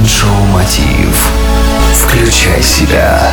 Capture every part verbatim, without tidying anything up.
Майншоу Мотив. Включай себя.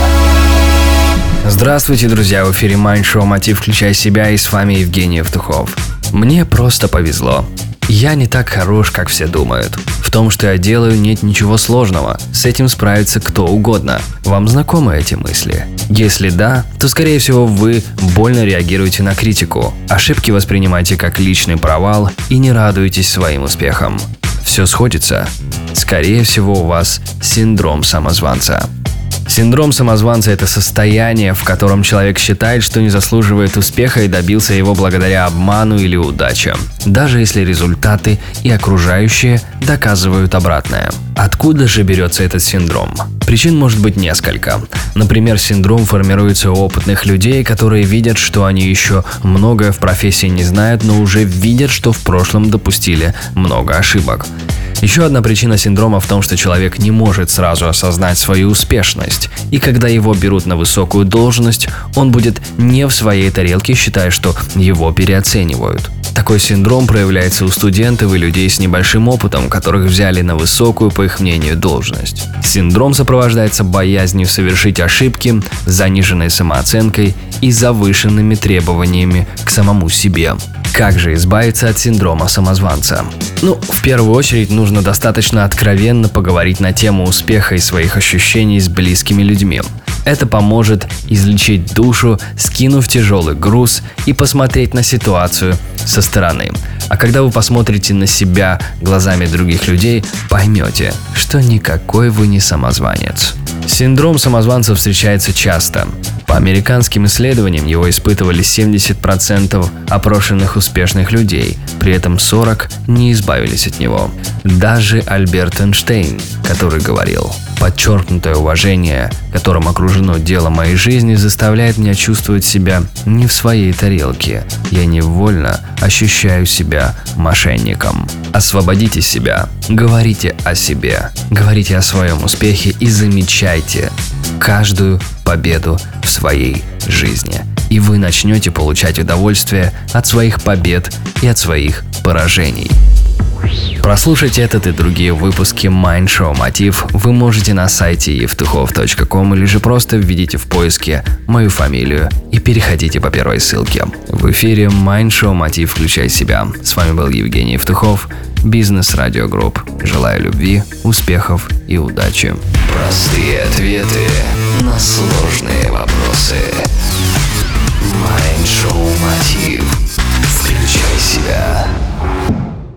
Здравствуйте, друзья! В эфире Майншоу Мотив «Включай себя» и с вами Евгений Евтухов. Мне просто повезло. Я не так хорош, как все думают. В том, что я делаю, нет ничего сложного. С этим справится кто угодно. Вам знакомы эти мысли? Если да, то, скорее всего, вы больно реагируете на критику. Ошибки воспринимаете как личный провал и не радуетесь своим успехам. Все сходится. Скорее всего, у вас синдром самозванца. Синдром самозванца – это состояние, в котором человек считает, что не заслуживает успеха и добился его благодаря обману или удаче, даже если результаты и окружающие доказывают обратное. Откуда же берется этот синдром? Причин может быть несколько. Например, синдром формируется у опытных людей, которые видят, что они еще многое в профессии не знают, но уже видят, что в прошлом допустили много ошибок. Еще одна причина синдрома в том, что человек не может сразу осознать свою успешность, и когда его берут на высокую должность, он будет не в своей тарелке, считая, что его переоценивают. Такой синдром проявляется у студентов и людей с небольшим опытом, которых взяли на высокую, по их мнению, должность. Синдром сопровождается боязнью совершить ошибки, заниженной самооценкой и завышенными требованиями к самому себе. Как же избавиться от синдрома самозванца? Ну, в первую очередь нужно достаточно откровенно поговорить на тему успеха и своих ощущений с близкими людьми. Это поможет излечить душу, скинув тяжелый груз и посмотреть на ситуацию со стороны. А когда вы посмотрите на себя глазами других людей, поймете, что никакой вы не самозванец. Синдром самозванца встречается часто. По американским исследованиям его испытывали семьдесят процентов опрошенных успешных людей, при этом сорок процентов не избавились от него. Даже Альберт Эйнштейн, который говорил: «Подчеркнутое уважение, которым окружено дело моей жизни, заставляет меня чувствовать себя не в своей тарелке. Я невольно ощущаю себя мошенником». Освободите себя, говорите о себе, говорите о своем успехе и замечайте каждую победу в своей жизни. И вы начнете получать удовольствие от своих побед и от своих поражений. Прослушать этот и другие выпуски Майншоу Мотив вы можете на сайте евтухов точка ком или же просто введите в поиске мою фамилию и переходите по первой ссылке. В эфире Майншоу Мотив «Включай себя». С вами был Евгений Евтухов, Бизнес Радио Групп. Желаю любви, успехов и удачи. Простые ответы на сложные вопросы. Майншоу Мотив. Включай себя.